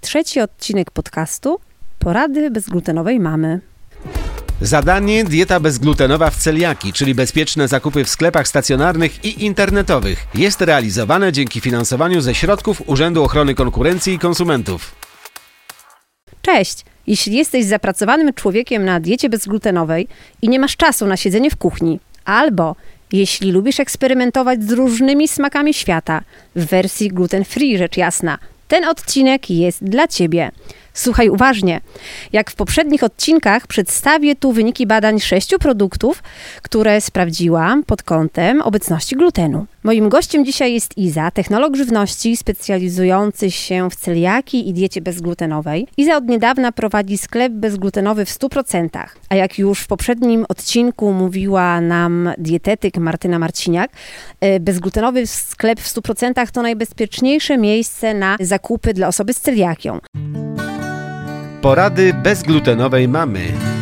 trzeci odcinek podcastu Porady bezglutenowej mamy. Zadanie dieta bezglutenowa w celiakii, czyli bezpieczne zakupy w sklepach stacjonarnych i internetowych. Jest realizowane dzięki finansowaniu ze środków Urzędu Ochrony Konkurencji i Konsumentów. Cześć! Jeśli jesteś zapracowanym człowiekiem na diecie bezglutenowej i nie masz czasu na siedzenie w kuchni, albo jeśli lubisz eksperymentować z różnymi smakami świata, w wersji gluten-free rzecz jasna, ten odcinek jest dla Ciebie. Słuchaj uważnie. Jak w poprzednich odcinkach przedstawię tu wyniki badań 6 produktów, które sprawdziłam pod kątem obecności glutenu. Moim gościem dzisiaj jest Iza, technolog żywności specjalizujący się w celiakii i diecie bezglutenowej. Iza od niedawna prowadzi sklep bezglutenowy w 100%, a jak już w poprzednim odcinku mówiła nam dietetyk Martyna Marciniak, bezglutenowy sklep w 100% to najbezpieczniejsze miejsce na zakupy dla osoby z celiakią. Porady bezglutenowej mamy.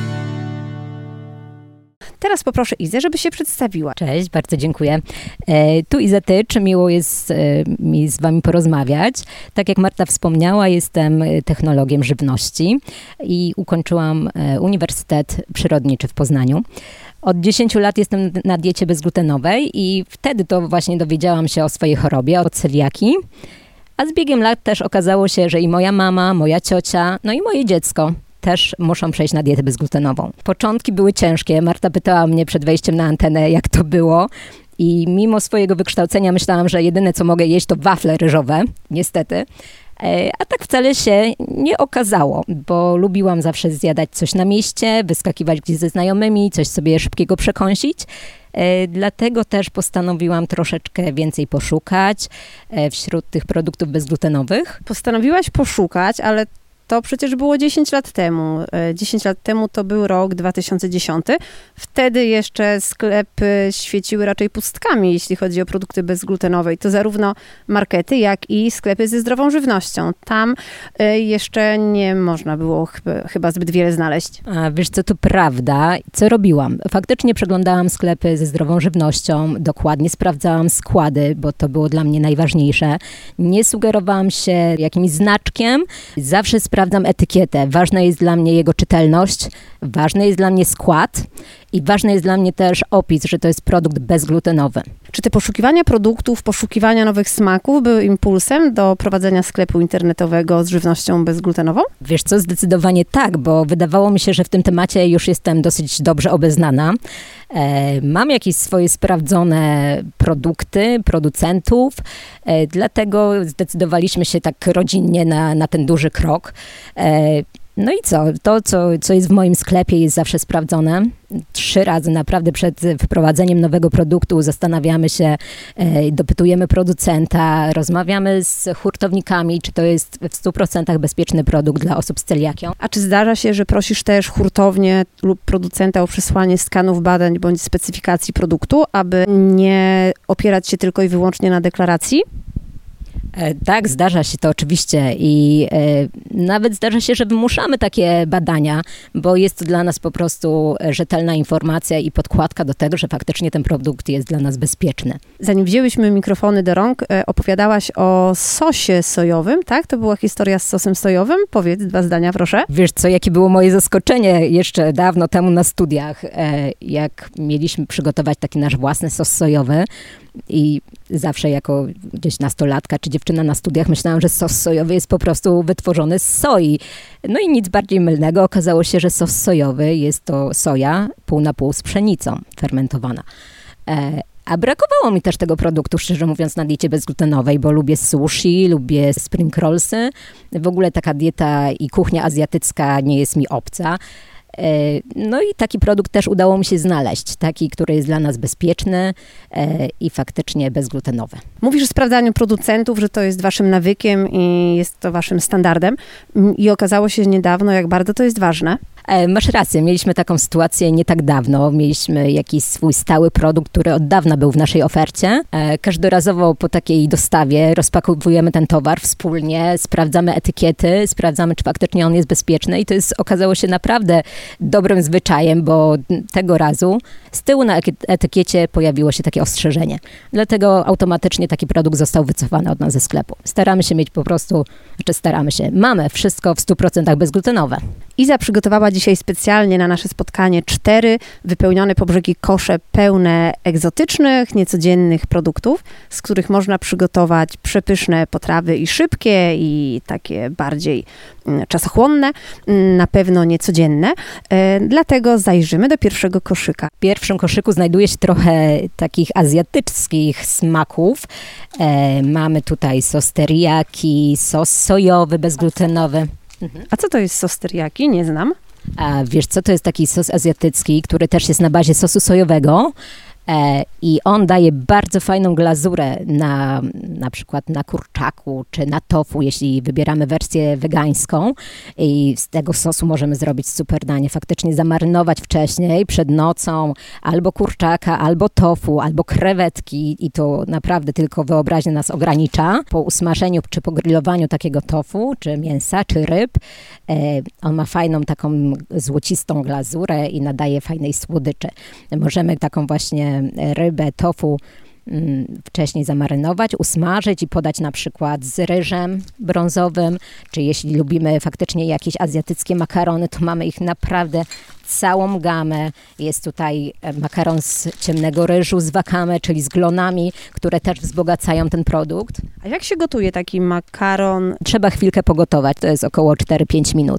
Teraz poproszę Izę, żeby się przedstawiła. Cześć, bardzo dziękuję. Tu Iza Tycz, miło jest mi z Wami porozmawiać. Tak jak Marta wspomniała, jestem technologiem żywności i ukończyłam Uniwersytet Przyrodniczy w Poznaniu. Od 10 lat jestem na diecie bezglutenowej i wtedy to właśnie dowiedziałam się o swojej chorobie, o celiakii. A z biegiem lat też okazało się, że i moja mama, moja ciocia, no i moje dziecko też muszą przejść na dietę bezglutenową. Początki były ciężkie. Marta pytała mnie przed wejściem na antenę, jak to było. I mimo swojego wykształcenia myślałam, że jedyne co mogę jeść to wafle ryżowe, niestety. A tak wcale się nie okazało, bo lubiłam zawsze zjadać coś na mieście, wyskakiwać gdzieś ze znajomymi, coś sobie szybkiego przekąsić. Dlatego też postanowiłam troszeczkę więcej poszukać wśród tych produktów bezglutenowych. Postanowiłaś poszukać, ale to przecież było 10 lat temu. 10 lat temu to był rok 2010. Wtedy jeszcze sklepy świeciły raczej pustkami, jeśli chodzi o produkty bezglutenowe. I to zarówno markety, jak i sklepy ze zdrową żywnością. Tam jeszcze nie można było chyba zbyt wiele znaleźć. A wiesz co, to prawda. Co robiłam? Faktycznie przeglądałam sklepy ze zdrową żywnością, dokładnie sprawdzałam składy, bo to było dla mnie najważniejsze. Nie sugerowałam się jakimś znaczkiem. Zawsze sprawdzam etykietę. Ważna jest dla mnie jego czytelność, ważny jest dla mnie skład i ważny jest dla mnie też opis, że to jest produkt bezglutenowy. Czy te poszukiwania produktów, poszukiwania nowych smaków były impulsem do prowadzenia sklepu internetowego z żywnością bezglutenową? Wiesz co, zdecydowanie tak, bo wydawało mi się, że w tym temacie już jestem dosyć dobrze obeznana. Mam jakieś swoje sprawdzone produkty, producentów, dlatego zdecydowaliśmy się tak rodzinnie na ten duży krok. No i co? To, co jest w moim sklepie, jest zawsze sprawdzone. 3 razy naprawdę przed wprowadzeniem nowego produktu zastanawiamy się, dopytujemy producenta, rozmawiamy z hurtownikami, czy to jest w 100% bezpieczny produkt dla osób z celiakią. A czy zdarza się, że prosisz też hurtownię lub producenta o przesłanie skanów badań bądź specyfikacji produktu, aby nie opierać się tylko i wyłącznie na deklaracji? Tak, zdarza się to oczywiście i nawet zdarza się, że wymuszamy takie badania, bo jest to dla nas po prostu rzetelna informacja i podkładka do tego, że faktycznie ten produkt jest dla nas bezpieczny. Zanim wzięłyśmy mikrofony do rąk, opowiadałaś o sosie sojowym, tak? To była historia z sosem sojowym. Powiedz 2 zdania, proszę. Wiesz co, jakie było moje zaskoczenie jeszcze dawno temu na studiach, jak mieliśmy przygotować taki nasz własny sos sojowy. I zawsze jako gdzieś nastolatka czy dziewczyna na studiach myślałam, że sos sojowy jest po prostu wytworzony z soi. No i nic bardziej mylnego. Okazało się, że sos sojowy jest to soja pół na pół z pszenicą fermentowana. A brakowało mi też tego produktu, szczerze mówiąc, na diecie bezglutenowej, bo lubię sushi, lubię spring rollsy. W ogóle taka dieta i kuchnia azjatycka nie jest mi obca. No i taki produkt też udało mi się znaleźć, taki, który jest dla nas bezpieczny i faktycznie bezglutenowy. Mówisz o sprawdzaniu producentów, że to jest waszym nawykiem i jest to waszym standardem i okazało się niedawno, jak bardzo to jest ważne. Masz rację, mieliśmy taką sytuację nie tak dawno. Mieliśmy jakiś swój stały produkt, który od dawna był w naszej ofercie. Każdorazowo po takiej dostawie rozpakowujemy ten towar wspólnie, sprawdzamy etykiety, sprawdzamy, czy faktycznie on jest bezpieczny i to okazało się naprawdę dobrym zwyczajem, bo tego razu z tyłu na etykiecie pojawiło się takie ostrzeżenie. Dlatego automatycznie taki produkt został wycofany od nas ze sklepu. Mamy wszystko w 100% bezglutenowe. Iza przygotowała dzisiaj specjalnie na nasze spotkanie 4 wypełnione po brzegi kosze pełne egzotycznych, niecodziennych produktów, z których można przygotować przepyszne potrawy i szybkie, i takie bardziej czasochłonne, na pewno niecodzienne. Dlatego zajrzymy do pierwszego koszyka. W pierwszym koszyku znajduje się trochę takich azjatyckich smaków. Mamy tutaj sos teriyaki, sos sojowy, bezglutenowy. A co to jest sos teriyaki? Nie znam. A wiesz co, to jest taki sos azjatycki, który też jest na bazie sosu sojowego i on daje bardzo fajną glazurę na przykład na kurczaku czy na tofu, jeśli wybieramy wersję wegańską i z tego sosu możemy zrobić super danie. Faktycznie zamarynować wcześniej, przed nocą, albo kurczaka, albo tofu, albo krewetki i to naprawdę tylko wyobraźnia nas ogranicza. Po usmażeniu czy po grillowaniu takiego tofu, czy mięsa, czy ryb, on ma fajną taką złocistą glazurę i nadaje fajnej słodyczy. Możemy taką właśnie rybę, tofu wcześniej zamarynować, usmażyć i podać na przykład z ryżem brązowym, czy jeśli lubimy faktycznie jakieś azjatyckie makarony, to mamy ich naprawdę całą gamę. Jest tutaj makaron z ciemnego ryżu, z wakame, czyli z glonami, które też wzbogacają ten produkt. A jak się gotuje taki makaron? Trzeba chwilkę pogotować, to jest około 4-5 minut.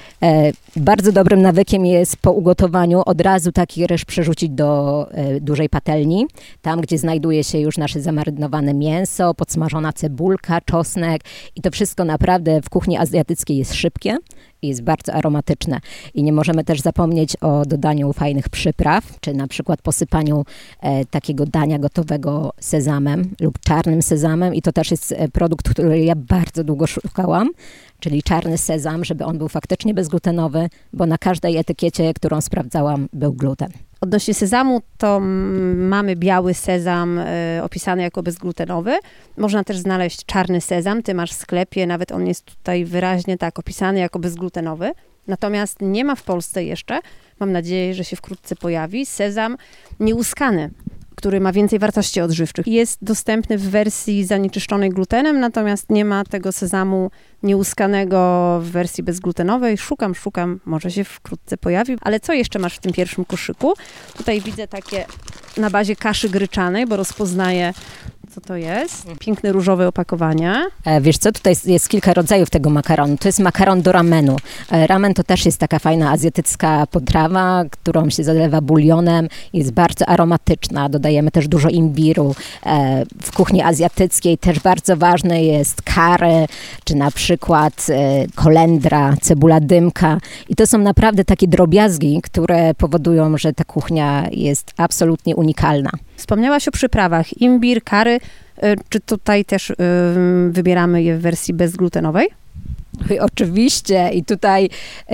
Bardzo dobrym nawykiem jest po ugotowaniu od razu taki ryż przerzucić do dużej patelni, tam gdzie znajduje się już nasze zamarynowane mięso, podsmażona cebulka, czosnek i to wszystko naprawdę w kuchni azjatyckiej jest szybkie i jest bardzo aromatyczne. I nie możemy też zapomnieć o dodaniu fajnych przypraw, czy na przykład posypaniu takiego dania gotowego sezamem lub czarnym sezamem i to też jest produkt, który ja bardzo długo szukałam, czyli czarny sezam, żeby on był faktycznie bezglutenowy, bo na każdej etykiecie, którą sprawdzałam, był gluten. Odnośnie sezamu, to mamy biały sezam opisany jako bezglutenowy. Można też znaleźć czarny sezam. Ty masz w sklepie, nawet on jest tutaj wyraźnie tak opisany jako bezglutenowy. Natomiast nie ma w Polsce jeszcze, mam nadzieję, że się wkrótce pojawi, sezam nieuskany, który ma więcej wartości odżywczych. Jest dostępny w wersji zanieczyszczonej glutenem, natomiast nie ma tego sezamu nieuskanego w wersji bezglutenowej. Szukam, może się wkrótce pojawi. Ale co jeszcze masz w tym pierwszym koszyku? Tutaj widzę takie na bazie kaszy gryczanej, bo rozpoznaję, co to jest. Piękne różowe opakowanie. Wiesz co, tutaj jest kilka rodzajów tego makaronu. To jest makaron do ramenu. Ramen to też jest taka fajna azjatycka potrawa, którą się zalewa bulionem. Jest bardzo aromatyczna. Dodajemy też dużo imbiru. W kuchni azjatyckiej też bardzo ważne jest curry, czy na przykład kolendra, cebula dymka. I to są naprawdę takie drobiazgi, które powodują, że ta kuchnia jest absolutnie unikalna. Wspomniałaś o przyprawach. Imbir, curry. Czy tutaj też wybieramy je w wersji bezglutenowej? Oczywiście. I tutaj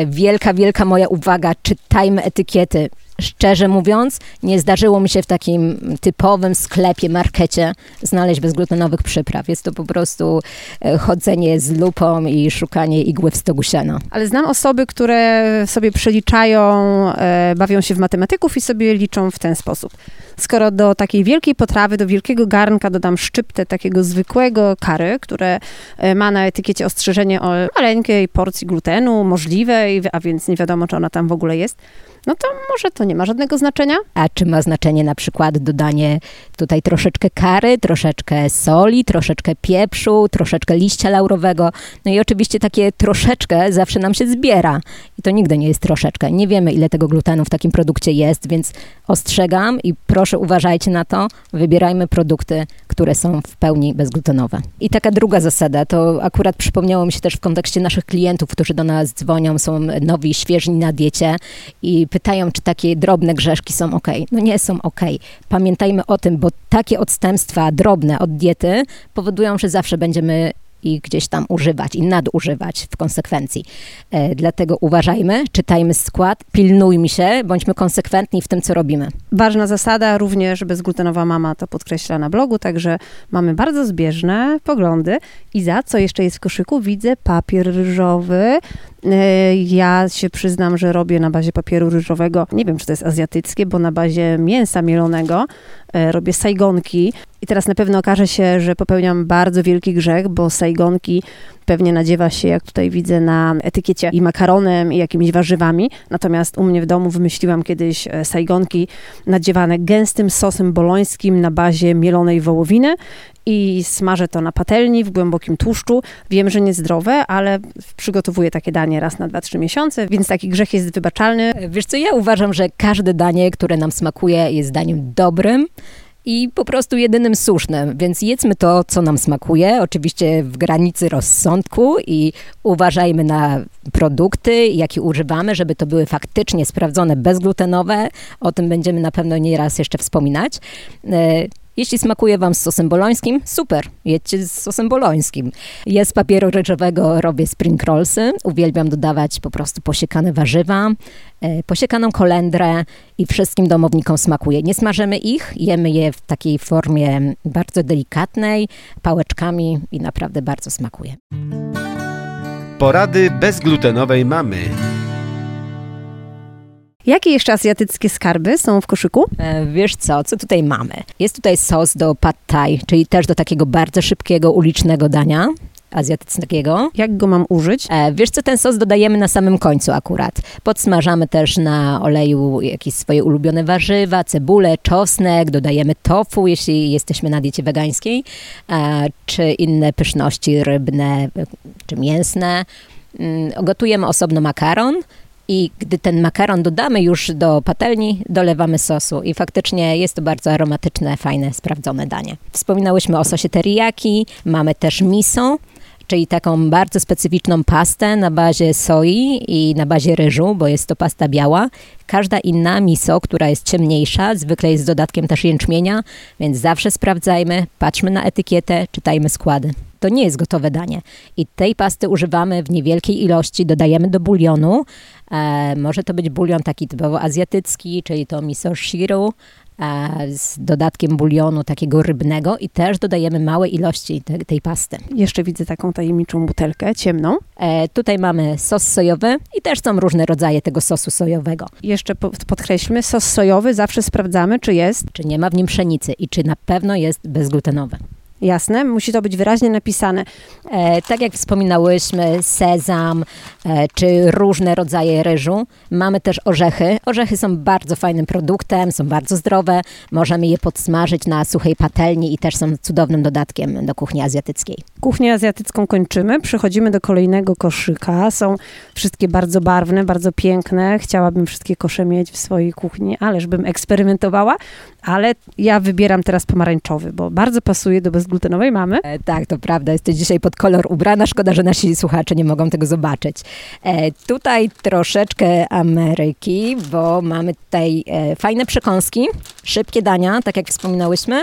wielka moja uwaga. Czytajmy etykiety. Szczerze mówiąc, nie zdarzyło mi się w takim typowym sklepie, markecie znaleźć bezglutenowych przypraw. Jest to po prostu chodzenie z lupą i szukanie igły w stogu siana. Ale znam osoby, które sobie przeliczają, bawią się w matematyków i sobie liczą w ten sposób. Skoro do takiej wielkiej potrawy, do wielkiego garnka dodam szczyptę takiego zwykłego curry, które ma na etykiecie ostrzeżenie o maleńkiej porcji glutenu, możliwej, a więc nie wiadomo, czy ona tam w ogóle jest, no to może to nie ma żadnego znaczenia. A czy ma znaczenie na przykład dodanie tutaj troszeczkę curry, troszeczkę soli, troszeczkę pieprzu, troszeczkę liścia laurowego? No i oczywiście takie troszeczkę zawsze nam się zbiera. I to nigdy nie jest troszeczkę. Nie wiemy, ile tego glutenu w takim produkcie jest, więc ostrzegam i proszę uważajcie na to. Wybierajmy produkty, które są w pełni bezglutenowe. I taka druga zasada, to akurat przypomniało mi się też w kontekście naszych klientów, którzy do nas dzwonią, są nowi, świeżni na diecie i pytają, czy takie drobne grzeszki są ok. No nie są ok. Pamiętajmy o tym, bo takie odstępstwa drobne od diety powodują, że zawsze będziemy ich gdzieś tam używać i nadużywać w konsekwencji. Dlatego uważajmy, czytajmy skład, pilnujmy się, bądźmy konsekwentni w tym, co robimy. Ważna zasada, również bezglutenowa mama to podkreśla na blogu, także mamy bardzo zbieżne poglądy. Iza, co jeszcze jest w koszyku? Widzę papier ryżowy. Ja się przyznam, że robię na bazie papieru ryżowego, nie wiem, czy to jest azjatyckie, bo na bazie mięsa mielonego robię sajgonki. I teraz na pewno okaże się, że popełniam bardzo wielki grzech, bo sajgonki pewnie nadziewa się, jak tutaj widzę na etykiecie, i makaronem, i jakimiś warzywami. Natomiast u mnie w domu wymyśliłam kiedyś sajgonki nadziewane gęstym sosem bolońskim na bazie mielonej wołowiny i smażę to na patelni w głębokim tłuszczu. Wiem, że niezdrowe, ale przygotowuję takie danie raz na 2-3 miesiące, więc taki grzech jest wybaczalny. Wiesz co, ja uważam, że każde danie, które nam smakuje, jest daniem dobrym i po prostu jedynym słusznym, więc jedzmy to, co nam smakuje, oczywiście w granicy rozsądku i uważajmy na produkty, jakie używamy, żeby to były faktycznie sprawdzone, bezglutenowe. O tym będziemy na pewno nieraz jeszcze wspominać. Jeśli smakuje wam z sosem bolońskim, super, jedźcie z sosem bolońskim. Ja z papieru ryżowego robię spring rollsy, uwielbiam dodawać po prostu posiekane warzywa, posiekaną kolendrę i wszystkim domownikom smakuje. Nie smażymy ich, jemy je w takiej formie bardzo delikatnej, pałeczkami i naprawdę bardzo smakuje. Porady bezglutenowej mamy. Jakie jeszcze azjatyckie skarby są w koszyku? Wiesz co tutaj mamy? Jest tutaj sos do pad thai, czyli też do takiego bardzo szybkiego, ulicznego dania azjatyckiego. Jak go mam użyć? Wiesz co, ten sos dodajemy na samym końcu akurat. Podsmażamy też na oleju jakieś swoje ulubione warzywa, cebulę, czosnek, dodajemy tofu, jeśli jesteśmy na diecie wegańskiej, czy inne pyszności rybne, czy mięsne. Gotujemy osobno makaron. I gdy ten makaron dodamy już do patelni, dolewamy sosu i faktycznie jest to bardzo aromatyczne, fajne, sprawdzone danie. Wspominałyśmy o sosie teriyaki, mamy też miso, czyli taką bardzo specyficzną pastę na bazie soi i na bazie ryżu, bo jest to pasta biała. Każda inna miso, która jest ciemniejsza, zwykle jest z dodatkiem też jęczmienia, więc zawsze sprawdzajmy, patrzmy na etykietę, czytajmy składy. To nie jest gotowe danie. I tej pasty używamy w niewielkiej ilości, dodajemy do bulionu. Może to być bulion taki typowo azjatycki, czyli to miso shiru z dodatkiem bulionu takiego rybnego i też dodajemy małe ilości tej pasty. Jeszcze widzę taką tajemniczą butelkę, ciemną. Tutaj mamy sos sojowy i też są różne rodzaje tego sosu sojowego. Jeszcze podkreślmy, sos sojowy zawsze sprawdzamy, czy jest. Czy nie ma w nim pszenicy i czy na pewno jest bezglutenowy. Jasne, musi to być wyraźnie napisane. Tak jak wspominałyśmy, sezam czy różne rodzaje ryżu. Mamy też orzechy. Orzechy są bardzo fajnym produktem, są bardzo zdrowe. Możemy je podsmażyć na suchej patelni i też są cudownym dodatkiem do kuchni azjatyckiej. Kuchnię azjatycką kończymy. Przechodzimy do kolejnego koszyka. Są wszystkie bardzo barwne, bardzo piękne. Chciałabym wszystkie kosze mieć w swojej kuchni, ależbym eksperymentowała. Ale ja wybieram teraz pomarańczowy, bo bardzo pasuje do bezglutenowej mamy. Tak, to prawda. Jesteś dzisiaj pod kolor ubrana. Szkoda, że nasi słuchacze nie mogą tego zobaczyć. Tutaj troszeczkę Ameryki, bo mamy tutaj fajne przekąski, szybkie dania, tak jak wspominałyśmy.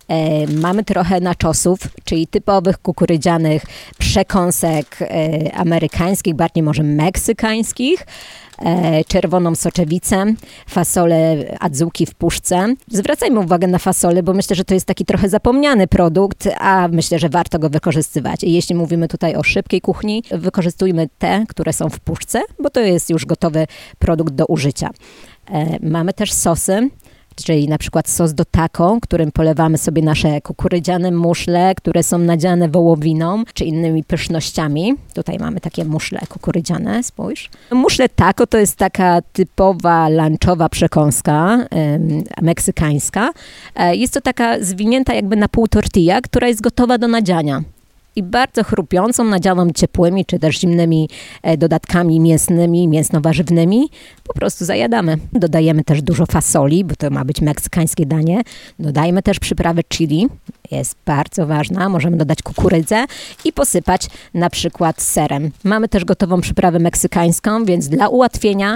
Mamy trochę naczosów, czyli typowych kukurydzianych przekąsek amerykańskich, bardziej może meksykańskich. Czerwoną soczewicę, fasole adzuki w puszce. Zwracajmy uwagę na fasole, bo myślę, że to jest taki trochę zapomniany produkt, a myślę, że warto go wykorzystywać. I jeśli mówimy tutaj o szybkiej kuchni, wykorzystujmy te, które są w puszce, bo to jest już gotowy produkt do użycia. Mamy też sosy, czyli na przykład sos do taco, którym polewamy sobie nasze kukurydziane muszle, które są nadziane wołowiną, czy innymi pysznościami. Tutaj mamy takie muszle kukurydziane, spójrz. Muszle taco to jest taka typowa lunchowa przekąska meksykańska. Jest to taka zwinięta jakby na pół tortilla, która jest gotowa do nadziania. I bardzo chrupiącą, nadzianą ciepłymi, czy też zimnymi dodatkami mięsnymi, mięsno-warzywnymi. Po prostu zajadamy. Dodajemy też dużo fasoli, bo to ma być meksykańskie danie. Dodajmy też przyprawę chili. Jest bardzo ważna. Możemy dodać kukurydzę i posypać na przykład serem. Mamy też gotową przyprawę meksykańską, więc dla ułatwienia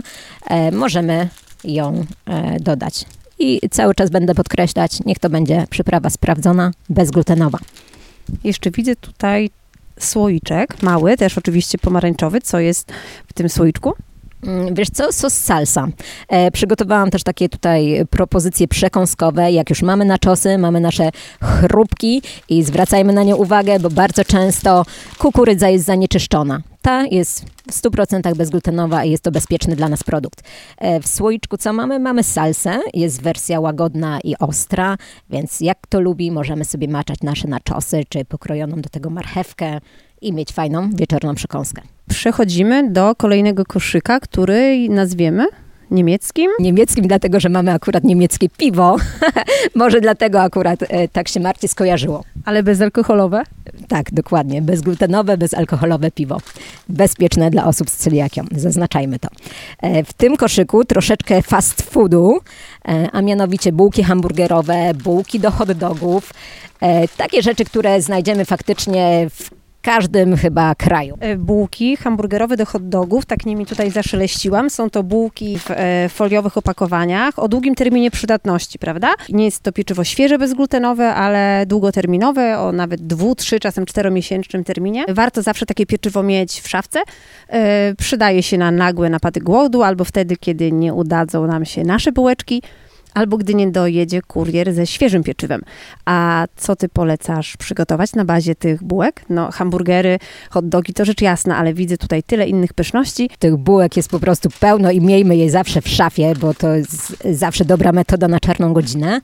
możemy ją dodać. I cały czas będę podkreślać, niech to będzie przyprawa sprawdzona, bezglutenowa. Jeszcze widzę tutaj słoiczek, mały, też oczywiście pomarańczowy. Co jest w tym słoiczku? Wiesz co, sos salsa. Przygotowałam też takie tutaj propozycje przekąskowe. Jak już mamy naczosy, mamy nasze chrupki i zwracajmy na nie uwagę, bo bardzo często kukurydza jest zanieczyszczona. Ta jest w 100% bezglutenowa i jest to bezpieczny dla nas produkt. W słoiczku co mamy? Mamy salsę, jest wersja łagodna i ostra, więc jak kto lubi, możemy sobie maczać nasze naczosy, czy pokrojoną do tego marchewkę i mieć fajną wieczorną przekąskę. Przechodzimy do kolejnego koszyka, który nazwiemy niemieckim. Niemieckim, dlatego że mamy akurat niemieckie piwo. Może dlatego akurat tak się Marcie skojarzyło. Ale bezalkoholowe? Tak, dokładnie. Bezglutenowe, bezalkoholowe piwo. Bezpieczne dla osób z celiakią. Zaznaczajmy to. W tym koszyku troszeczkę fast foodu, a mianowicie bułki hamburgerowe, bułki do hot dogów. Takie rzeczy, które znajdziemy faktycznie w każdym chyba kraju. Bułki hamburgerowe do hot dogów, tak nimi tutaj zaszeleściłam. Są to bułki w foliowych opakowaniach o długim terminie przydatności, prawda? Nie jest to pieczywo świeże, bezglutenowe, ale długoterminowe, o nawet 2, 3, czasem 4-miesięcznym terminie. Warto zawsze takie pieczywo mieć w szafce. Przydaje się na nagłe napady głodu, albo wtedy, kiedy nie udadzą nam się nasze bułeczki, albo gdy nie dojedzie kurier ze świeżym pieczywem. A co ty polecasz przygotować na bazie tych bułek? No hamburgery, hot dogi to rzecz jasna, ale widzę tutaj tyle innych pyszności. Tych bułek jest po prostu pełno i miejmy je zawsze w szafie, bo to jest zawsze dobra metoda na czarną godzinę.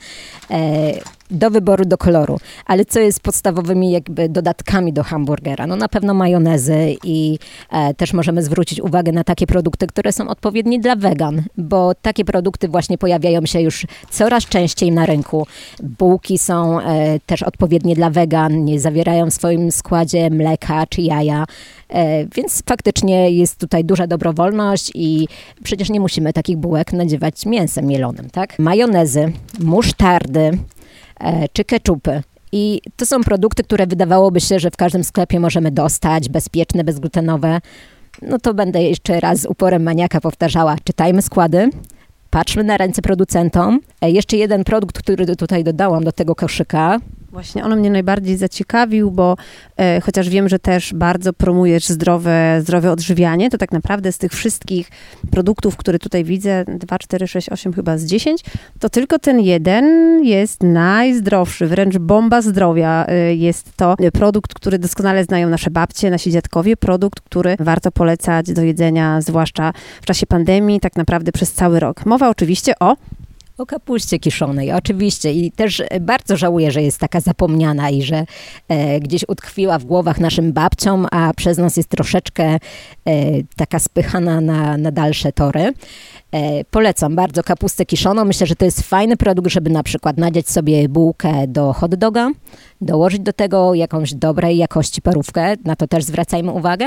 Do wyboru, do koloru. Ale co jest podstawowymi jakby dodatkami do hamburgera? No na pewno majonezy i też możemy zwrócić uwagę na takie produkty, które są odpowiednie dla wegan, bo takie produkty właśnie pojawiają się już coraz częściej na rynku. Bułki są też odpowiednie dla wegan, nie zawierają w swoim składzie mleka czy jaja, więc faktycznie jest tutaj duża dobrowolność i przecież nie musimy takich bułek nadziewać mięsem mielonym, tak? Majonezy, musztardy, czy keczupy. I to są produkty, które wydawałoby się, że w każdym sklepie możemy dostać, bezpieczne, bezglutenowe. No to będę jeszcze raz z uporem maniaka powtarzała, czytajmy składy, patrzmy na ręce producentom. Jeszcze jeden produkt, który tutaj dodałam do tego koszyka. Właśnie on mnie najbardziej zaciekawił, bo chociaż wiem, że też bardzo promujesz zdrowe odżywianie, to tak naprawdę z tych wszystkich produktów, które tutaj widzę, 2, 4, 6, 8 chyba z 10, to tylko ten jeden jest najzdrowszy, wręcz bomba zdrowia. Jest to produkt, który doskonale znają nasze babcie, nasi dziadkowie, produkt, który warto polecać do jedzenia, zwłaszcza w czasie pandemii, tak naprawdę przez cały rok. Mowa oczywiście o kapuście kiszonej, oczywiście. I też bardzo żałuję, że jest taka zapomniana i że gdzieś utkwiła w głowach naszym babciom, a przez nas jest troszeczkę taka spychana na dalsze tory. Polecam bardzo kapustę kiszoną. Myślę, że to jest fajny produkt, żeby na przykład nadziać sobie bułkę do hot doga, dołożyć do tego jakąś dobrej jakości parówkę, na to też zwracajmy uwagę,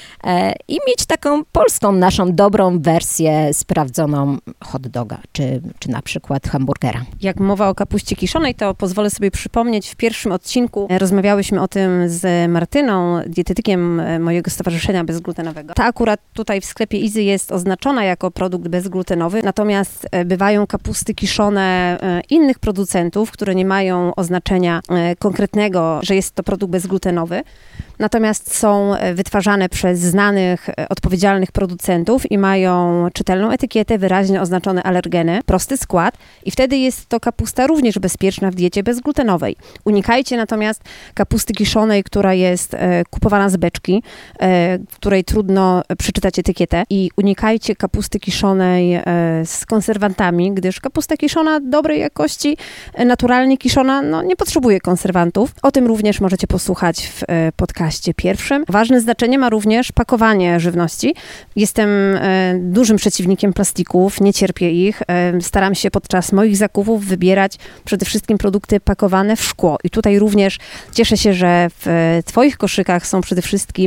i mieć taką polską, naszą dobrą wersję sprawdzoną hot doga, czy na przykład hamburgera. Jak mowa o kapuście kiszonej, to pozwolę sobie przypomnieć, w pierwszym odcinku rozmawiałyśmy o tym z Martyną, dietetykiem mojego stowarzyszenia bezglutenowego. Ta akurat tutaj w sklepie Izy jest oznaczona jako produkt bezglutenowy, natomiast bywają kapusty kiszone innych producentów, które nie mają oznaczenia konkretnego, że jest to produkt bezglutenowy. Natomiast są wytwarzane przez znanych, odpowiedzialnych producentów i mają czytelną etykietę, wyraźnie oznaczone alergeny, prosty skład i wtedy jest to kapusta również bezpieczna w diecie bezglutenowej. Unikajcie natomiast kapusty kiszonej, która jest kupowana z beczki, w której trudno przeczytać etykietę, i unikajcie kapusty kiszonej z konserwantami, gdyż kapusta kiszona dobrej jakości, naturalnie kiszona, no nie potrzebuje konserwantów. O tym również możecie posłuchać w podcaście pierwszym. Ważne znaczenie ma również pakowanie żywności. Jestem dużym przeciwnikiem plastików, nie cierpię ich. Staram się podczas moich zakupów wybierać przede wszystkim produkty pakowane w szkło. I tutaj również cieszę się, że w twoich koszykach są przede wszystkim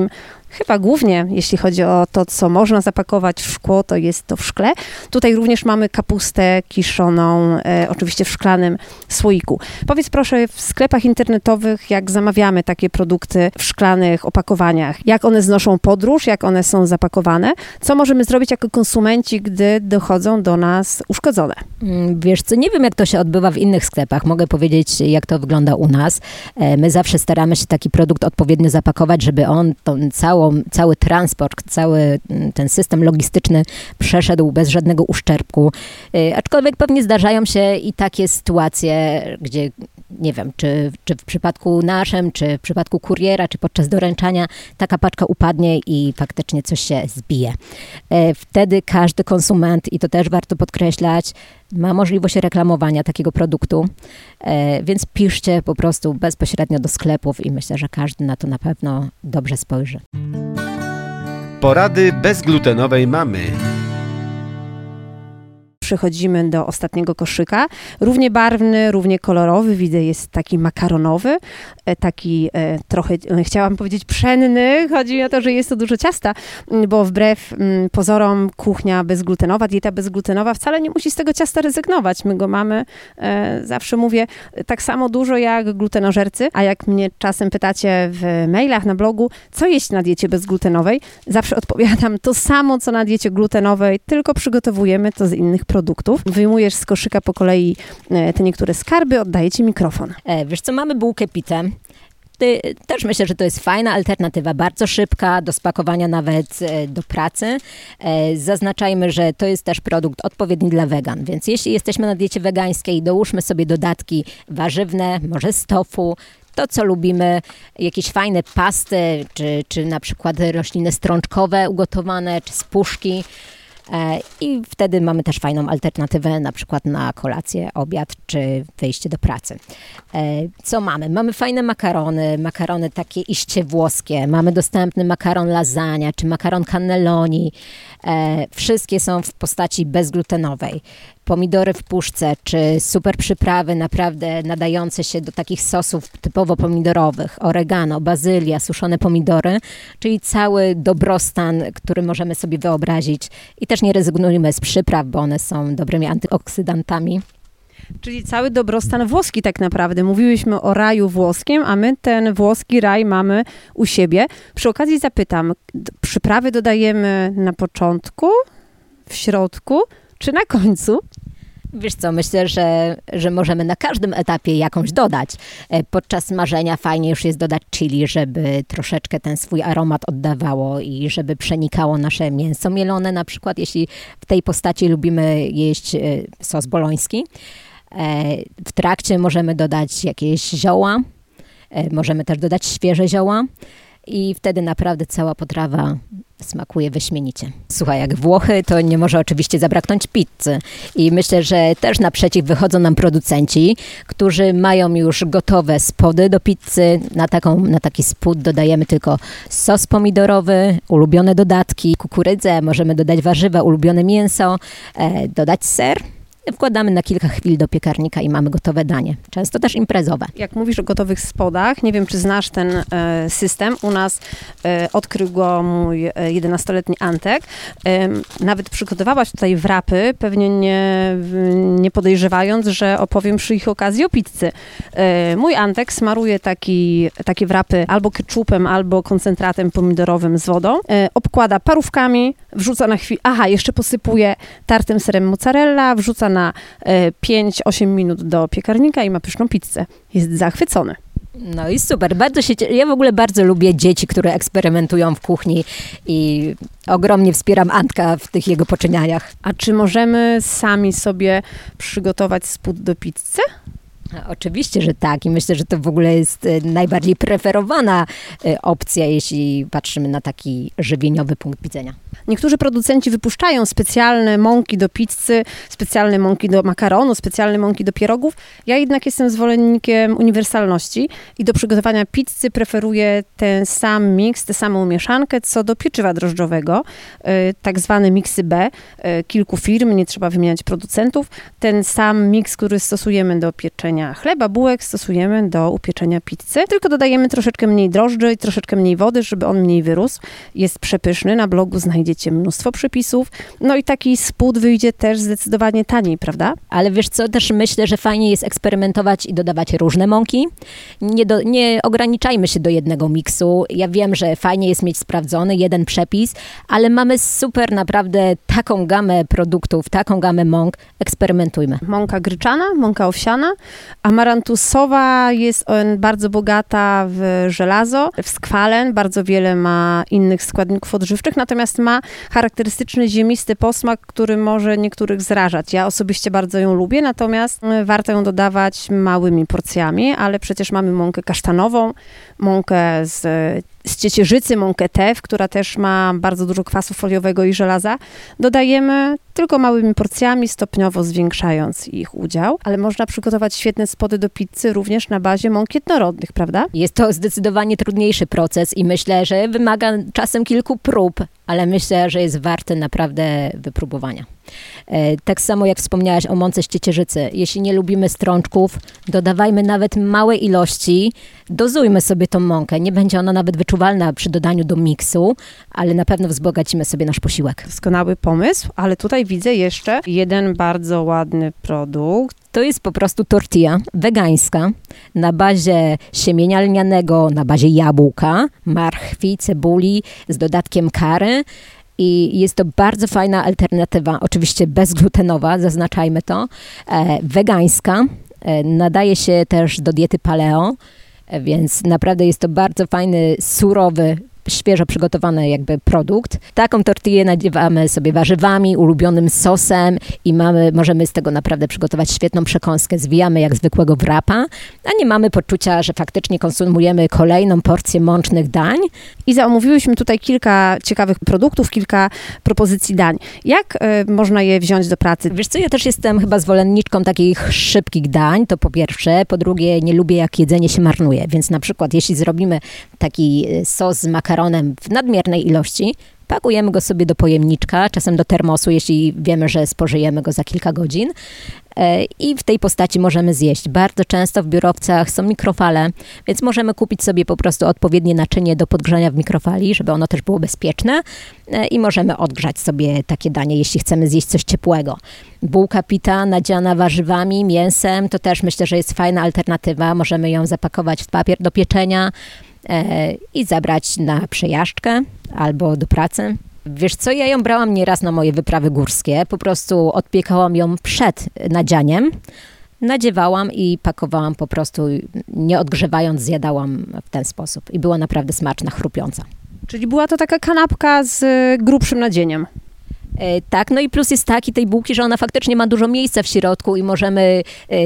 Chyba głównie, jeśli chodzi o to, co można zapakować w szkło, to jest to w szkle. Tutaj również mamy kapustę kiszoną, oczywiście w szklanym słoiku. Powiedz proszę, w sklepach internetowych, jak zamawiamy takie produkty w szklanych opakowaniach, jak one znoszą podróż, jak one są zapakowane, co możemy zrobić jako konsumenci, gdy dochodzą do nas uszkodzone? Wiesz co, nie wiem jak to się odbywa w innych sklepach. Mogę powiedzieć, jak to wygląda u nas. My zawsze staramy się taki produkt odpowiednio zapakować, żeby on cały transport, cały ten system logistyczny przeszedł bez żadnego uszczerbku. Aczkolwiek pewnie zdarzają się i takie sytuacje, gdzie nie wiem, czy w przypadku naszym, czy w przypadku kuriera, czy podczas doręczania taka paczka upadnie i faktycznie coś się zbije. Wtedy każdy konsument, i to też warto podkreślać, ma możliwość reklamowania takiego produktu, więc piszcie po prostu bezpośrednio do sklepów i myślę, że każdy na to na pewno dobrze spojrzy. Porady bezglutenowej mamy. Przechodzimy do ostatniego koszyka. Równie barwny, równie kolorowy. Widzę, jest taki makaronowy, taki trochę, chciałam powiedzieć pszenny. Chodzi mi o to, że jest to dużo ciasta, bo wbrew pozorom kuchnia bezglutenowa, dieta bezglutenowa wcale nie musi z tego ciasta rezygnować. My go mamy, zawsze mówię, tak samo dużo jak glutenożercy, a jak mnie czasem pytacie w mailach, na blogu, co jeść na diecie bezglutenowej, zawsze odpowiadam to samo, co na diecie glutenowej, tylko przygotowujemy to z innych produktów. Wyjmujesz z koszyka po kolei te niektóre skarby, oddaję ci mikrofon. Wiesz co, mamy bułkę pitę. Też myślę, że to jest fajna alternatywa, bardzo szybka, do spakowania nawet do pracy. Zaznaczajmy, że to jest też produkt odpowiedni dla wegan, więc jeśli jesteśmy na diecie wegańskiej, dołóżmy sobie dodatki warzywne, może z tofu, to, co lubimy, jakieś fajne pasty, czy na przykład rośliny strączkowe ugotowane, czy z puszki. I wtedy mamy też fajną alternatywę, na przykład na kolację, obiad, czy wyjście do pracy. Co mamy? Mamy fajne makarony takie iście włoskie. Mamy dostępny makaron lasagna, czy makaron cannelloni. Wszystkie są w postaci bezglutenowej. Pomidory w puszce, czy super przyprawy naprawdę nadające się do takich sosów typowo pomidorowych, oregano, bazylia, suszone pomidory, czyli cały dobrostan, który możemy sobie wyobrazić. I też nie rezygnujmy z przypraw, bo one są dobrymi antyoksydantami. Czyli cały dobrostan włoski tak naprawdę. Mówiłyśmy o raju włoskim, a my ten włoski raj mamy u siebie. Przy okazji zapytam, przyprawy dodajemy na początku, w środku, czy na końcu? Wiesz co, myślę, że możemy na każdym etapie jakąś dodać. Podczas smażenia fajnie już jest dodać chili, żeby troszeczkę ten swój aromat oddawało i żeby przenikało nasze mięso mielone, na przykład jeśli w tej postaci lubimy jeść sos boloński. W trakcie możemy dodać jakieś zioła, możemy też dodać świeże zioła i wtedy naprawdę cała potrawa smakuje wyśmienicie. Słuchaj, jak Włochy, to nie może oczywiście zabraknąć pizzy. I myślę, że też naprzeciw wychodzą nam producenci, którzy mają już gotowe spody do pizzy. Na taki spód dodajemy tylko sos pomidorowy, ulubione dodatki, kukurydzę, możemy dodać warzywa, ulubione mięso, dodać ser. Wkładamy na kilka chwil do piekarnika i mamy gotowe danie. Często też imprezowe. Jak mówisz o gotowych spodach, nie wiem, czy znasz ten system. U nas odkrył go mój 11-letni Antek. Nawet przygotowałaś tutaj wrapy, pewnie nie podejrzewając, że opowiem przy ich okazji o pizzy. Mój Antek smaruje takie wrapy albo ketchupem, albo koncentratem pomidorowym z wodą. Obkłada parówkami, wrzuca na chwilę, jeszcze posypuje tartym serem mozzarella, wrzuca na 5-8 minut do piekarnika i ma pyszną pizzę. Jest zachwycony. No i super, ja w ogóle bardzo lubię dzieci, które eksperymentują w kuchni i ogromnie wspieram Antka w tych jego poczynianiach. A czy możemy sami sobie przygotować spód do pizzy? Oczywiście, że tak i myślę, że to w ogóle jest najbardziej preferowana opcja, jeśli patrzymy na taki żywieniowy punkt widzenia. Niektórzy producenci wypuszczają specjalne mąki do pizzy, specjalne mąki do makaronu, specjalne mąki do pierogów. Ja jednak jestem zwolennikiem uniwersalności i do przygotowania pizzy preferuję ten sam miks, tę samą mieszankę, co do pieczywa drożdżowego, tak zwane miksy B, kilku firm, nie trzeba wymieniać producentów. Ten sam miks, który stosujemy do pieczenia upiekania chleba, bułek stosujemy do upieczenia pizzy, tylko dodajemy troszeczkę mniej drożdży i troszeczkę mniej wody, żeby on mniej wyrósł. Jest przepyszny, na blogu znajdziecie mnóstwo przepisów, no i taki spód wyjdzie też zdecydowanie taniej, prawda? Ale wiesz co, też myślę, że fajnie jest eksperymentować i dodawać różne mąki. Nie ograniczajmy się do jednego miksu. Ja wiem, że fajnie jest mieć sprawdzony jeden przepis, ale mamy super naprawdę taką gamę produktów, taką gamę mąk. Eksperymentujmy. Mąka gryczana, mąka owsiana, amarantusowa jest bardzo bogata w żelazo, w skwalen, bardzo wiele ma innych składników odżywczych, natomiast ma charakterystyczny ziemisty posmak, który może niektórych zrażać. Ja osobiście bardzo ją lubię, natomiast warto ją dodawać małymi porcjami, ale przecież mamy mąkę kasztanową, mąkę z ciecierzycy, mąkę teff, która też ma bardzo dużo kwasu foliowego i żelaza. Dodajemy tylko małymi porcjami, stopniowo zwiększając ich udział, ale można przygotować świetne spody do pizzy również na bazie mąk jednorodnych, prawda? Jest to zdecydowanie trudniejszy proces i myślę, że wymaga czasem kilku prób, ale myślę, że jest warty naprawdę wypróbowania. Tak samo jak wspomniałaś o mące z ciecierzycy. Jeśli nie lubimy strączków, dodawajmy nawet małe ilości, dozujmy sobie tą mąkę. Nie będzie ona nawet wyczuwalna przy dodaniu do miksu, ale na pewno wzbogacimy sobie nasz posiłek. Doskonały pomysł, ale tutaj widzę jeszcze jeden bardzo ładny produkt. To jest po prostu tortilla wegańska na bazie siemienia lnianego, na bazie jabłka, marchwi, cebuli z dodatkiem curry. I jest to bardzo fajna alternatywa, oczywiście bezglutenowa, zaznaczajmy to, wegańska. Nadaje się też do diety paleo, więc naprawdę jest to bardzo fajny, surowy, świeżo przygotowany jakby produkt. Taką tortillę nadziewamy sobie warzywami, ulubionym sosem i możemy z tego naprawdę przygotować świetną przekąskę. Zwijamy jak zwykłego wrapa, a nie mamy poczucia, że faktycznie konsumujemy kolejną porcję mącznych dań. Iza, omówiłyśmy tutaj kilka ciekawych produktów, kilka propozycji dań. Jak można je wziąć do pracy? Wiesz co, ja też jestem chyba zwolenniczką takich szybkich dań, to po pierwsze. Po drugie, nie lubię jak jedzenie się marnuje, więc na przykład jeśli zrobimy taki sos z makaronem w nadmiernej ilości, pakujemy go sobie do pojemniczka, czasem do termosu, jeśli wiemy, że spożyjemy go za kilka godzin i w tej postaci możemy zjeść. Bardzo często w biurowcach są mikrofale, więc możemy kupić sobie po prostu odpowiednie naczynie do podgrzania w mikrofali, żeby ono też było bezpieczne i możemy odgrzać sobie takie danie, jeśli chcemy zjeść coś ciepłego. Bułka pita nadziana warzywami, mięsem, to też myślę, że jest fajna alternatywa. Możemy ją zapakować w papier do pieczenia i zabrać na przejażdżkę albo do pracy. Wiesz co, ja ją brałam nieraz na moje wyprawy górskie, po prostu odpiekałam ją przed nadzianiem, nadziewałam i pakowałam po prostu, nie odgrzewając, zjadałam w ten sposób i była naprawdę smaczna, chrupiąca. Czyli była to taka kanapka z grubszym nadzieniem. Tak, no i plus jest taki tej bułki, że ona faktycznie ma dużo miejsca w środku i możemy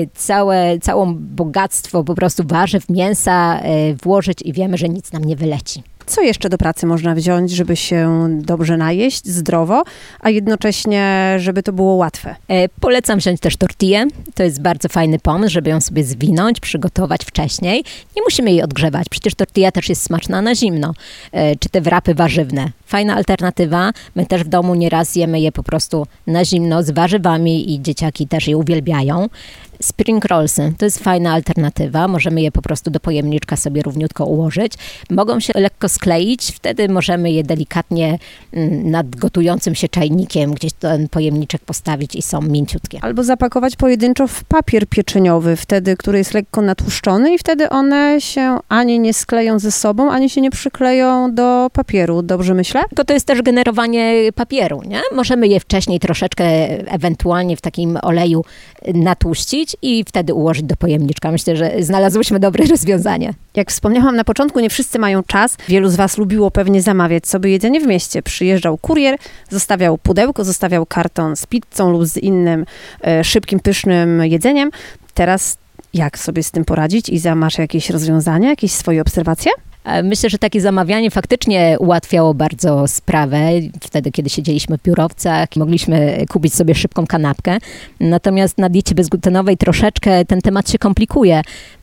całą bogactwo po prostu warzyw, mięsa włożyć i wiemy, że nic nam nie wyleci. Co jeszcze do pracy można wziąć, żeby się dobrze najeść, zdrowo, a jednocześnie, żeby to było łatwe? Polecam wziąć też tortillę. To jest bardzo fajny pomysł, żeby ją sobie zwinąć, przygotować wcześniej. Nie musimy jej odgrzewać. Przecież tortilla też jest smaczna na zimno. Czy te wrapy warzywne. Fajna alternatywa. My też w domu nieraz jemy je po prostu na zimno z warzywami i dzieciaki też je uwielbiają. Spring rollsy to jest fajna alternatywa. Możemy je po prostu do pojemniczka sobie równiutko ułożyć. Mogą się lekko skleić, wtedy możemy je delikatnie nad gotującym się czajnikiem gdzieś ten pojemniczek postawić i są mięciutkie. Albo zapakować pojedynczo w papier pieczeniowy, wtedy, który jest lekko natłuszczony i wtedy one się ani nie skleją ze sobą, ani się nie przykleją do papieru. Dobrze myślę? Tylko to jest też generowanie papieru, nie? Możemy je wcześniej troszeczkę ewentualnie w takim oleju natłuścić i wtedy ułożyć do pojemniczka. Myślę, że znalazłyśmy dobre rozwiązanie. Jak wspomniałam na początku, nie wszyscy mają czas. Wielu z was lubiło pewnie zamawiać sobie jedzenie w mieście. Przyjeżdżał kurier, zostawiał pudełko, zostawiał karton z pizzą lub z innym szybkim, pysznym jedzeniem. Teraz jak sobie z tym poradzić? Iza, masz jakieś rozwiązania, jakieś swoje obserwacje? Myślę, że takie zamawianie faktycznie ułatwiało bardzo sprawę. Wtedy, kiedy siedzieliśmy w biurowcach, mogliśmy kupić sobie szybką kanapkę. Natomiast na diecie bezglutenowej troszeczkę ten temat się komplikuje,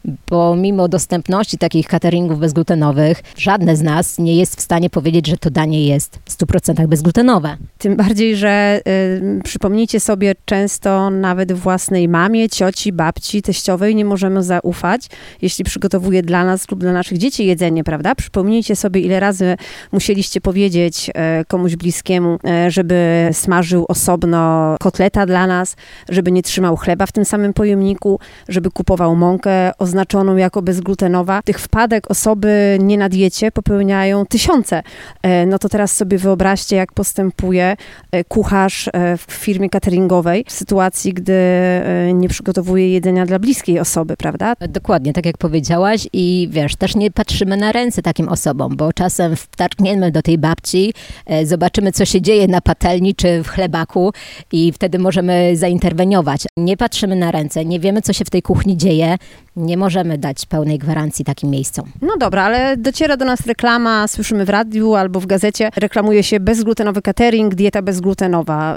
bo mimo dostępności takich cateringów bezglutenowych, żadne z nas nie jest w stanie powiedzieć, że to danie jest w 100% bezglutenowe. Tym bardziej, że przypomnijcie sobie, często nawet własnej mamie, cioci, babci, teściowej nie możemy zaufać, jeśli przygotowuje dla nas lub dla naszych dzieci jedzenie, prawda? Przypomnijcie sobie, ile razy musieliście powiedzieć komuś bliskiemu, żeby smażył osobno kotleta dla nas, żeby nie trzymał chleba w tym samym pojemniku, żeby kupował mąkę oznaczoną jako bezglutenowa. Tych wpadek osoby nie na diecie popełniają tysiące. No to teraz sobie wyobraźcie, jak postępuje kucharz w firmie cateringowej w sytuacji, gdy nie przygotowuje jedzenia dla bliskiej osoby, prawda? Dokładnie, tak jak powiedziałaś i wiesz, też nie patrzymy na ręce takim osobom, bo czasem wtargniemy do tej babci, zobaczymy, co się dzieje na patelni czy w chlebaku i wtedy możemy zainterweniować. Nie patrzymy na ręce, nie wiemy, co się w tej kuchni dzieje, nie możemy dać pełnej gwarancji takim miejscom. No dobra, ale dociera do nas reklama, słyszymy w radiu albo w gazecie, reklamuje się bezglutenowy catering, dieta bezglutenowa.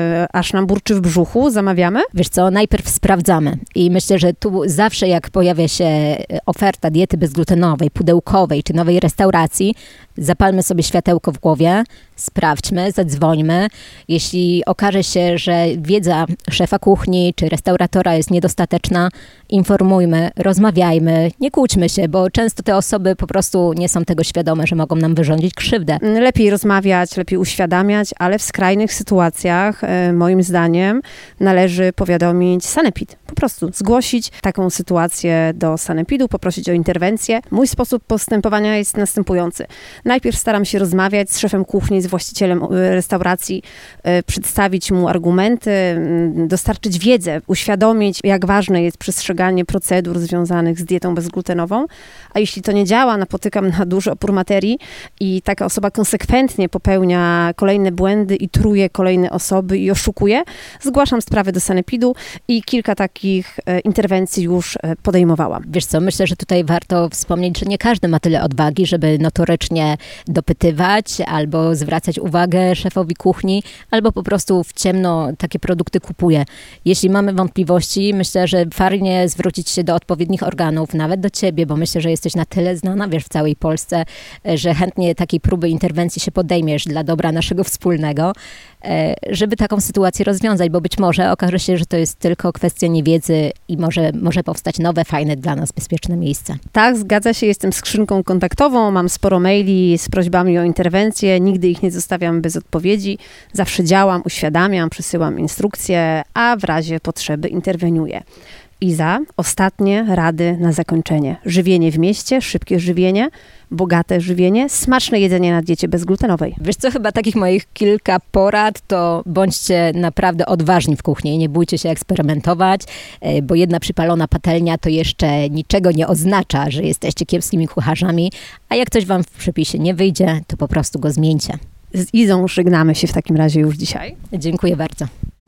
Aż nam burczy w brzuchu, zamawiamy? Wiesz co, najpierw sprawdzamy i myślę, że tu zawsze jak pojawia się oferta diety bezglutenowej, pudełkowej czy nowej restauracji, zapalmy sobie światełko w głowie, sprawdźmy, zadzwońmy. Jeśli okaże się, że wiedza szefa kuchni czy restauratora jest niedostateczna, informujmy, rozmawiajmy, nie kłóćmy się, bo często te osoby po prostu nie są tego świadome, że mogą nam wyrządzić krzywdę. Lepiej rozmawiać, lepiej uświadamiać, ale w skrajnych sytuacjach, moim zdaniem, należy powiadomić sanepid. Po prostu zgłosić taką sytuację do sanepidu, poprosić o interwencję. Mój sposób postępowania jest następujący. Najpierw staram się rozmawiać z szefem kuchni, z właścicielem restauracji, przedstawić mu argumenty, dostarczyć wiedzę, uświadomić, jak ważne jest przestrzeganie procedur związanych z dietą bezglutenową. A jeśli to nie działa, napotykam na duży opór materii i taka osoba konsekwentnie popełnia kolejne błędy i truje kolejne osoby i oszukuje, zgłaszam sprawę do sanepidu i kilka takich interwencji już podejmowałam. Wiesz co, myślę, że tutaj warto wspomnieć, że nie każdy ma tyle odwagi, żeby notorycznie dopytywać albo zwracać uwagę szefowi kuchni, albo po prostu w ciemno takie produkty kupuje. Jeśli mamy wątpliwości, myślę, że fajnie zwrócić się do odpowiednich organów, nawet do ciebie, bo myślę, że jesteś na tyle znana, wiesz, w całej Polsce, że chętnie takiej próby interwencji się podejmiesz dla dobra naszego wspólnego, żeby taką sytuację rozwiązać, bo być może okaże się, że to jest tylko kwestia niewiedzy i może powstać nowe, fajne dla nas, bezpieczne miejsce. Tak, zgadza się, jestem skrzynką kontaktową, mam sporo maili z prośbami o interwencję, nigdy ich nie zostawiam bez odpowiedzi, zawsze działam, uświadamiam, przesyłam instrukcje, a w razie potrzeby interweniuję. Iza, ostatnie rady na zakończenie. Żywienie w mieście, szybkie żywienie, bogate żywienie, smaczne jedzenie na diecie bezglutenowej. Wiesz co, chyba takich moich kilka porad, to bądźcie naprawdę odważni w kuchni, nie bójcie się eksperymentować, bo jedna przypalona patelnia to jeszcze niczego nie oznacza, że jesteście kiepskimi kucharzami, a jak coś wam w przepisie nie wyjdzie, to po prostu go zmieńcie. Z Izą żegnamy się w takim razie już dzisiaj. Dziękuję bardzo.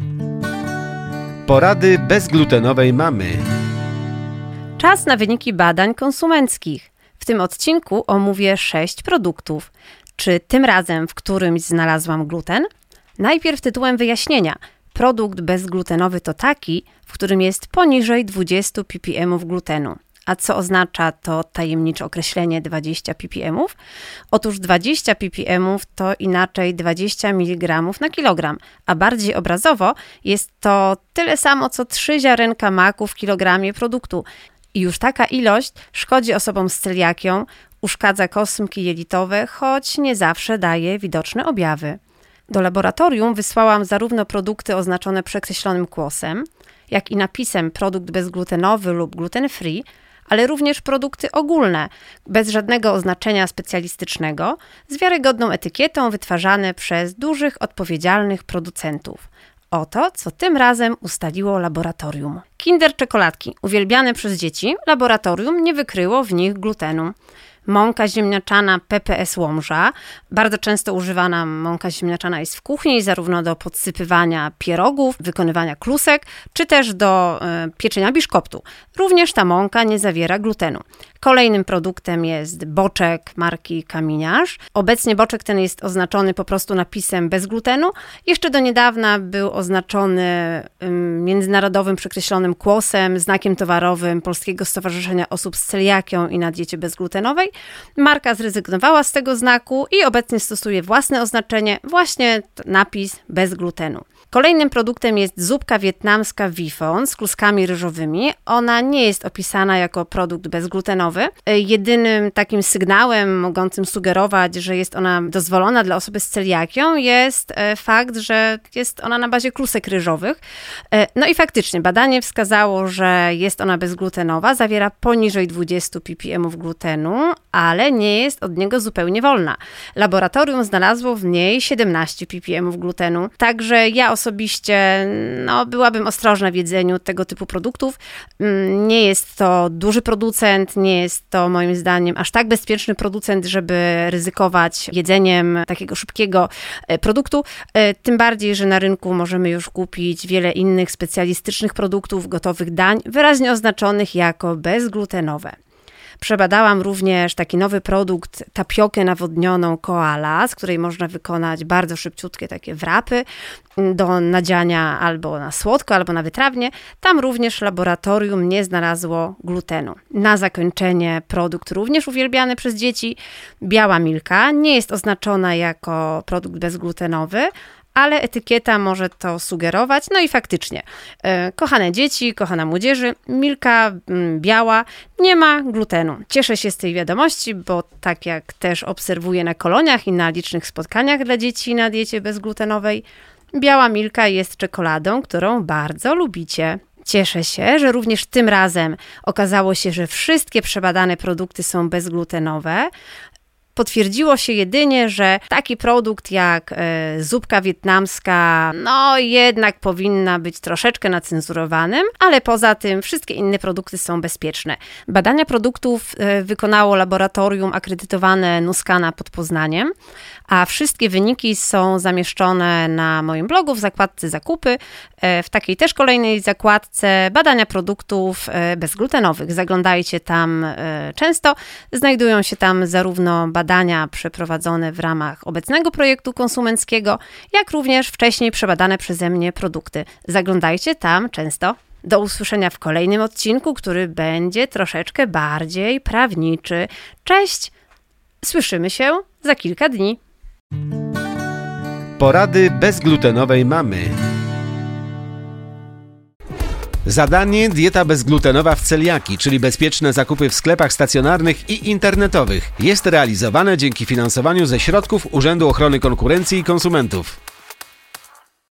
Porady bezglutenowej mamy. Czas na wyniki badań konsumenckich. W tym odcinku omówię 6 produktów. Czy tym razem w którymś znalazłam gluten? Najpierw tytułem wyjaśnienia. Produkt bezglutenowy to taki, w którym jest poniżej 20 ppm glutenu. A co oznacza to tajemnicze określenie 20 ppm? Otóż 20 ppm to inaczej 20 mg na kilogram, a bardziej obrazowo jest to tyle samo co 3 ziarenka maku w kilogramie produktu. I już taka ilość szkodzi osobom z celiakią, uszkadza kostki jelitowe, choć nie zawsze daje widoczne objawy. Do laboratorium wysłałam zarówno produkty oznaczone przekreślonym kłosem, jak i napisem produkt bezglutenowy lub gluten free, ale również produkty ogólne, bez żadnego oznaczenia specjalistycznego, z wiarygodną etykietą wytwarzane przez dużych, odpowiedzialnych producentów. Oto, co tym razem ustaliło laboratorium. Kinder czekoladki, uwielbiane przez dzieci, laboratorium nie wykryło w nich glutenu. mąka ziemniaczana PPS Łomża. Bardzo często używana mąka ziemniaczana jest w kuchni, zarówno do podsypywania pierogów, wykonywania klusek, czy też do pieczenia biszkoptu. Również ta mąka nie zawiera glutenu. Kolejnym produktem jest boczek marki Kaminiarz. Obecnie boczek ten jest oznaczony po prostu napisem bez glutenu. Jeszcze do niedawna był oznaczony międzynarodowym przekreślonym kłosem, znakiem towarowym Polskiego Stowarzyszenia Osób z Celiakią i na diecie bezglutenowej. Marka zrezygnowała z tego znaku i obecnie stosuje własne oznaczenie, właśnie napis bez glutenu. Kolejnym produktem jest zupka wietnamska Vifon z kluskami ryżowymi. Ona nie jest opisana jako produkt bezglutenowy. Jedynym takim sygnałem mogącym sugerować, że jest ona dozwolona dla osoby z celiakią, jest fakt, że jest ona na bazie klusek ryżowych. No i faktycznie badanie wskazało, że jest ona bezglutenowa, zawiera poniżej 20 ppm glutenu, ale nie jest od niego zupełnie wolna. Laboratorium znalazło w niej 17 ppm glutenu, także ja osobiście byłabym ostrożna w jedzeniu tego typu produktów. Nie jest to duży producent, nie jest to moim zdaniem aż tak bezpieczny producent, żeby ryzykować jedzeniem takiego szybkiego produktu. Tym bardziej, że na rynku możemy już kupić wiele innych specjalistycznych produktów, gotowych dań, wyraźnie oznaczonych jako bezglutenowe. Przebadałam również taki nowy produkt, tapiokę nawodnioną Koala, z której można wykonać bardzo szybciutkie takie wrapy do nadziania albo na słodko, albo na wytrawnie. Tam również laboratorium nie znalazło glutenu. Na zakończenie produkt również uwielbiany przez dzieci, biała Milka, nie jest oznaczona jako produkt bezglutenowy, ale etykieta może to sugerować. No i faktycznie, kochane dzieci, kochana młodzieży, Milka biała nie ma glutenu. Cieszę się z tej wiadomości, bo tak jak też obserwuję na koloniach i na licznych spotkaniach dla dzieci na diecie bezglutenowej, biała Milka jest czekoladą, którą bardzo lubicie. Cieszę się, że również tym razem okazało się, że wszystkie przebadane produkty są bezglutenowe. Potwierdziło się jedynie, że taki produkt jak zupka wietnamska, jednak powinna być troszeczkę nacenzurowanym, ale poza tym wszystkie inne produkty są bezpieczne. Badania produktów wykonało laboratorium akredytowane Nuskana pod Poznaniem, a wszystkie wyniki są zamieszczone na moim blogu w zakładce zakupy, w takiej też kolejnej zakładce badania produktów bezglutenowych. Zaglądajcie tam często, znajdują się tam zarówno badania przeprowadzone w ramach obecnego projektu konsumenckiego, jak również wcześniej przebadane przeze mnie produkty. Zaglądajcie tam często. Do usłyszenia w kolejnym odcinku, który będzie troszeczkę bardziej prawniczy. Cześć! Słyszymy się za kilka dni. Porady bezglutenowej mamy. Zadanie dieta bezglutenowa w celiaki, czyli bezpieczne zakupy w sklepach stacjonarnych i internetowych, jest realizowane dzięki finansowaniu ze środków Urzędu Ochrony Konkurencji i Konsumentów.